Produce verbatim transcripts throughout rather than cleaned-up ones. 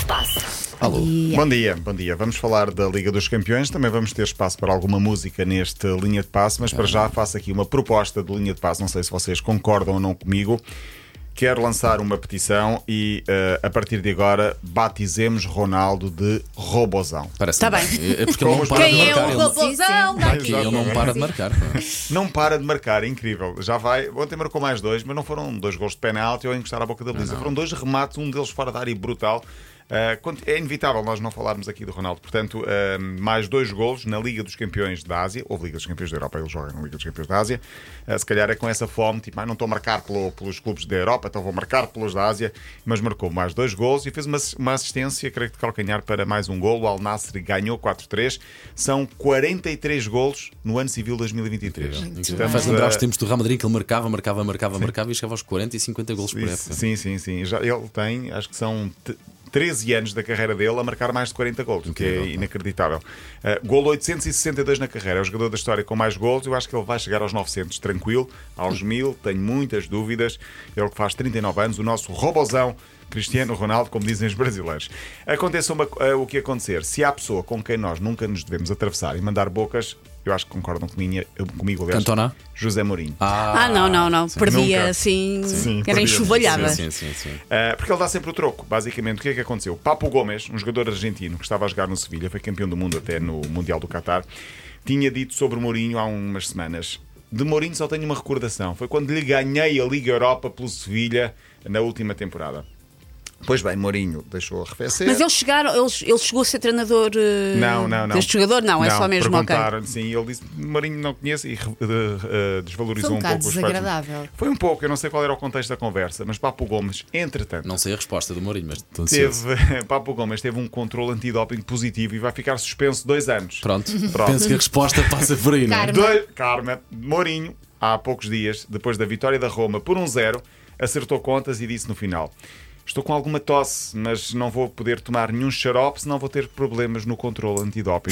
de passe. Alô. dia. Bom dia, bom dia. Vamos falar da Liga dos Campeões. Também vamos ter espaço para alguma música neste Linha de Passe, mas para já faço aqui uma proposta de Linha de Passe. Não sei se vocês concordam ou não comigo. Quero lançar uma petição e, uh, a partir de agora, batizemos Ronaldo de Robozão. Parece Tá bem. É porque ele não Como para de Quem é marcar. o Ele- robôzão daqui? Ele não para de marcar. Não para de marcar, é incrível. Já vai. Ontem marcou mais dois, mas não foram dois gols de penalti ou encostar à boca da baliza. Foram dois remates, um deles fora da área brutal. Uh, é inevitável nós não falarmos aqui do Ronaldo. Portanto, uh, mais dois golos na Liga dos Campeões da Ásia. Houve Liga dos Campeões da Europa, ele joga na Liga dos Campeões da Ásia. Uh, se calhar é com essa fome, tipo, ah, não estou a marcar pelo, pelos clubes da Europa, então vou marcar pelos da Ásia. Mas marcou mais dois golos e fez uma, uma assistência, creio que de calcanhar, para mais um golo. O Al Nassr ganhou quatro a três. São quarenta e três golos no ano civil dois mil e vinte e três. Incrível. Faz lembrar os tempos do Real Madrid que ele marcava, marcava, marcava, marcava e chegava aos quarenta e cinquenta golos por época. Sim, sim, sim. Já, ele tem, acho que são t- treze anos da carreira dele a marcar mais de quarenta golos, o que é inacreditável. Uh, golo oitocentos e sessenta e dois na carreira, é o jogador da história com mais golos. Eu acho que ele vai chegar aos novecentos, tranquilo, aos mil, tenho muitas dúvidas. Ele que faz trinta e nove anos, o nosso robozão Cristiano Ronaldo, como dizem os brasileiros. Aconteça uma, uh, o que acontecer, se há pessoa com quem nós nunca nos devemos atravessar e mandar bocas, eu acho que concordam comigo, comigo aliás, Cantona? José Mourinho. Ah, não, não, não. Perdia Nunca. assim. Sim, Era perdia. enxovalhada. Sim, sim, sim. Uh, porque ele dá sempre o troco. Basicamente, o que é que aconteceu? Papo Gomes, um jogador argentino que estava a jogar no Sevilha, foi campeão do mundo até no Mundial do Qatar, tinha dito sobre Mourinho há umas semanas: de Mourinho só tenho uma recordação, foi quando lhe ganhei a Liga Europa pelo Sevilha na última temporada. Pois bem, Mourinho deixou arrefecer. Mas eles chegaram, eles, ele chegou a ser treinador uh, Não, não, não. deste jogador? Não, é só mesmo ok. Perguntaram, sim, ele disse: Mourinho não conhece e uh, uh, desvalorizou Foi um um bocado pouco os feitos. desagradável. Foi um pouco, eu não sei qual era o contexto da conversa, mas Papo Gomes, entretanto, Não sei a resposta do Mourinho, mas estou ansioso. teve, Papo Gomes teve um controle antidoping positivo e vai ficar suspenso dois anos. Pronto. Pronto. Penso que a resposta passa por aí, não é? Karma. Dois, Karma, Mourinho, há poucos dias, depois da vitória da Roma por um zero, acertou contas e disse no final: estou com alguma tosse, mas não vou poder tomar nenhum xarope, senão vou ter problemas no controle antidoping.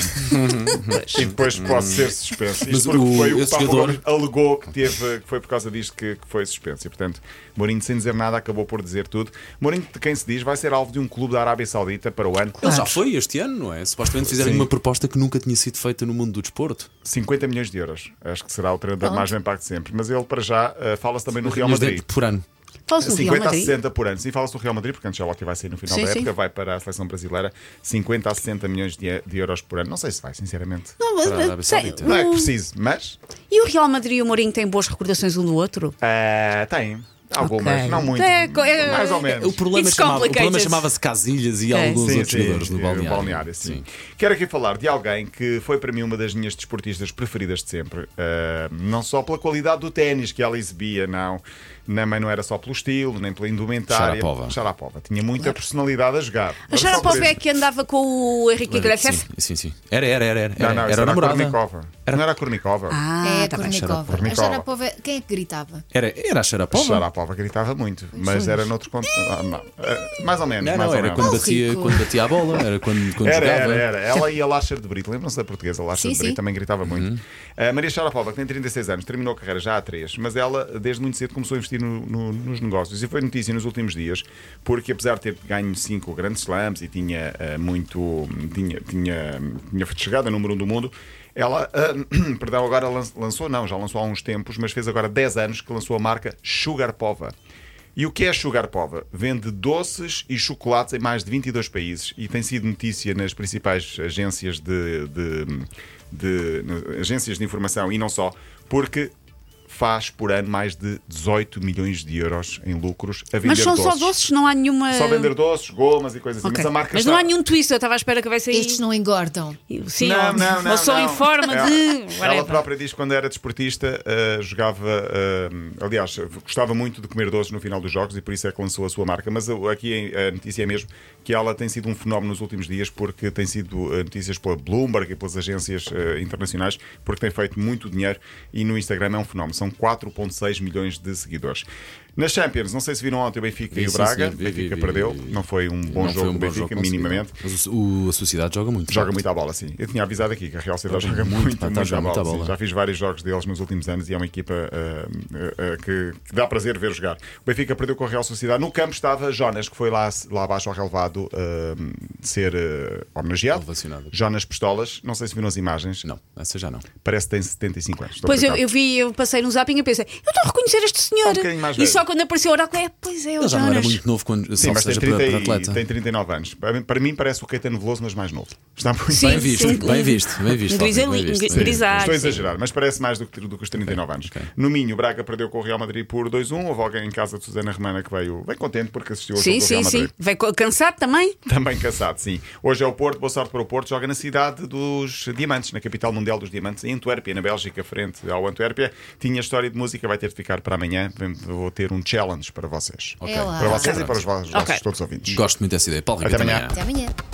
E depois posso ser suspenso. Mas Isto porque o- foi o que esse Papo jogador- Gomes alegou que, teve, que foi por causa disto que, que foi suspenso. E, portanto, Mourinho, sem dizer nada, acabou por dizer tudo. Mourinho, de quem se diz, vai ser alvo de um clube da Arábia Saudita para o ano. Ele já foi este ano, não é? Supostamente fizeram Sim. uma proposta que nunca tinha sido feita no mundo do desporto. cinquenta milhões de euros. Acho que será o treinador de mais bem pago de sempre. Mas ele, para já, uh, fala-se também no Real Milhões de Madrid. euros por ano. Fala-se no Real cinquenta a Madrid. sessenta por ano. Sim, fala-se do Real Madrid, porque Ancelotti vai sair no final Sim, da época, sim. vai para a seleção brasileira. cinquenta a sessenta milhões de, de euros por ano. Não sei se vai, sinceramente. Não, mas, Para a Arábia mas, sei, Saudita. Não é o- preciso, mas E o Real Madrid e o Mourinho têm boas recordações um do outro? ah, tem algumas, Ok. não muito, É, é, mais ou menos. O problema, It's chamava, o problema complicated. chamava-se Casilhas e É. alguns Sim, outros sim, jogadores do sim, balneário. sim. Quero aqui falar de alguém que foi para mim uma das minhas desportistas preferidas de sempre. Ah, não só pela qualidade do ténis que ela exibia, não. Também não era só pelo estilo, nem pela indumentária. Sharapova. Sharapova. Tinha muita personalidade a jogar. A Era só Sharapova por é isso. que andava com o Henrique Iglesias? Sim, sim, sim. Era, era, era. Era, Não, não, era, isso era era a namorada. Kornikova. Era- Não era a Kornikova. Ah, É a tá bem. Kornikova. A Kornikova. Sharapova, quem é que gritava? Era, era a Sharapova. Sharapova gritava muito, mas era noutro contexto. Ah, não. Ah, mais ou menos. Não, mais não, ou era menos. quando Oh, batia, Rico. quando batia a bola, era quando, quando Era, jogava. era, era. Ela e a Lasher de Brito. Lembram-se da portuguesa? A Lasher Sim, de Brito sim. também gritava muito. A Maria Sharapova, que tem trinta e seis anos, terminou a carreira já há três, mas ela, desde muito cedo, começou a investir no- no- nos negócios. E foi notícia nos últimos dias, porque apesar de ter ganho cinco grandes slams e tinha ah, muito. tinha, tinha, tinha chegado a número um do mundo. Ela, ah, perdão, agora lan- lançou, não, já lançou há uns tempos, mas fez agora dez anos que lançou a marca Sugarpova. E o que é Sugarpova? Vende doces e chocolates em mais de vinte e dois países e tem sido notícia nas principais agências de, de, de- de- agências de informação e não só, porque faz por ano mais de dezoito milhões de euros em lucros a vender Mas são doces. só doces, não há nenhuma. Só vender doces, gomas e coisas assim. Ok. Mas a marca Mas está... não há nenhum twist, eu estava à espera que vai sair. Estes não engordam. Sim, Não, ou, não, não, ou só não. em forma Ela- de. Ela whatever. própria diz que quando era desportista uh, jogava, uh, aliás, gostava muito de comer doces no final dos jogos e por isso é que lançou a sua marca. Mas uh, aqui a notícia é mesmo que ela tem sido um fenómeno nos últimos dias porque tem sido uh, notícias pela Bloomberg e pelas agências uh, internacionais, porque tem feito muito dinheiro e no Instagram é um fenómeno. São quatro vírgula seis milhões de seguidores. Na Champions, não sei se viram ontem o Benfica Vi, e o sim, Braga. sim, O vi, Benfica vi, perdeu, vi. não foi um bom Não jogo foi um do bom Benfica, jogo conseguido, minimamente. não. Mas o, o- a sociedade joga muito. Joga forte. muito à bola, sim. Eu tinha avisado aqui que a Real Sociedade Joga joga muito, muito, pá, muito, tá a jogar à muito bola. à sim. bola. Já fiz vários jogos deles nos últimos anos e é uma equipa uh, uh, uh, que, que dá prazer ver jogar. O Benfica perdeu com a Real Sociedade. No campo estava Jonas, que foi lá, lá abaixo ao relevado uh, ser uh, homenageado. Ovacionado. Jonas Pistolas, não sei se viram as imagens. Não, essa já não. Parece que tem setenta e cinco anos. Estou Pois a eu, brincar. eu vi, eu passei no zapping e pensei, eu estou a reconhecer este senhor. Um bocadinho mais e velho. só quando apareceu o oráculo, é, pois é, o Ele já não era Jonas. muito novo quando Sim, só mas tem, seja trinta para, e- para atleta. tem trinta e nove anos. Para mim, para mim parece o Caetano Veloso, mas mais novo. Está muito Sim, Bem visto, sim. bem visto, bem visto. Um grisalho- Fábio, bem visto, um bem grisalho. visto. Estou a sim. exagerar, mas parece mais do que, do que os trinta e nove anos. ok. No Minho, o Braga perdeu com o Real Madrid por dois a um. Houve alguém em casa de Susana Romana que veio bem contente porque assistiu ao Sim, jogo do sim, Real sim. Madrid. Vai co- cansado também? Também cansado, sim. Hoje é o Porto, boa sorte para o Porto. Joga na cidade dos Diamantes, na capital mundial dos Diamantes, em Antuérpia, na Bélgica, frente ao Antuérpia. Tinha história de música, vai ter de ficar para amanhã. Vou ter um challenge para vocês. É lá. Para vocês Ok. e para os vossos Ok. todos ouvintes. Gosto muito dessa ideia. Paulo Rico, Até amanhã. Até amanhã.